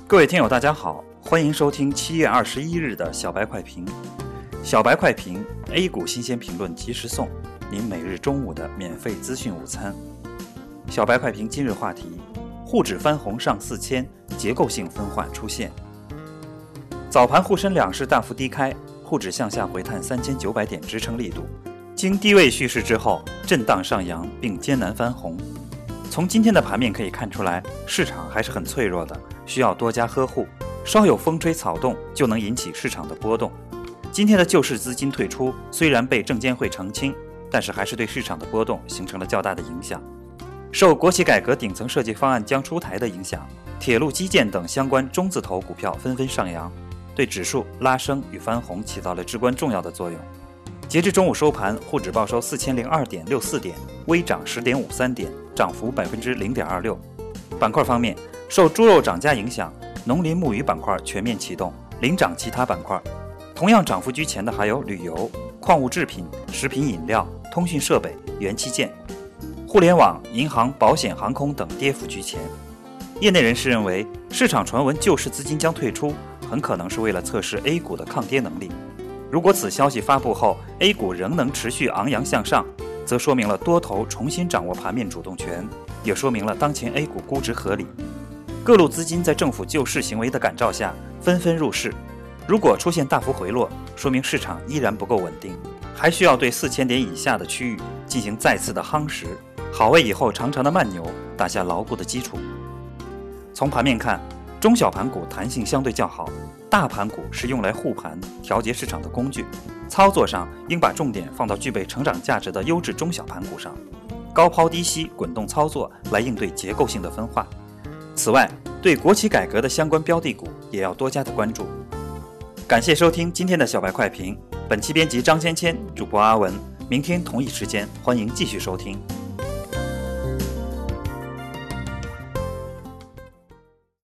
各位听友大家好，欢迎收听7月21日的小白快评。小白快评 A 股新鲜评论及时送，您每日中午的免费资讯午餐。小白快评今日话题：沪指翻红上4000，结构性分化出现。早盘沪深两市大幅低开，沪指向下回探3900点支撑力度，经低位蓄势之后震荡上扬并艰难翻红。从今天的盘面可以看出来，市场还是很脆弱的，需要多加呵护，稍有风吹草动就能引起市场的波动。今天的救市资金退出虽然被证监会澄清，但是还是对市场的波动形成了较大的影响。受国企改革顶层设计方案将出台的影响，铁路基建等相关中字头股票纷纷上扬，对指数拉升与翻红起到了至关重要的作用。截至中午收盘，沪指报收4002.64点，微涨10.53点，涨幅0.26%。板块方面，受猪肉涨价影响，农林牧渔板块全面启动，领涨其他板块。同样涨幅居前的还有旅游、矿物制品、食品饮料、通讯设备、元器件。互联网、银行、保险、航空等跌幅居前。业内人士认为，市场传闻救市资金将退出，很可能是为了测试 A 股的抗跌能力。如果此消息发布后 A 股仍能持续昂扬向上，则说明了多头重新掌握盘面主动权，也说明了当前 A 股估值合理。各路资金在政府救市行为的感召下纷纷入市，如果出现大幅回落，说明市场依然不够稳定，还需要对4000点以下的区域进行再次的夯实，好为以后长长的慢牛打下牢固的基础。从盘面看，中小盘股弹性相对较好，大盘股是用来护盘调节市场的工具，操作上应把重点放到具备成长价值的优质中小盘股上，高抛低吸滚动操作来应对结构性的分化。此外，对国企改革的相关标的股也要多加的关注。感谢收听今天的小白快评，本期编辑张芊芊，主播阿文，明天同一时间欢迎继续收听。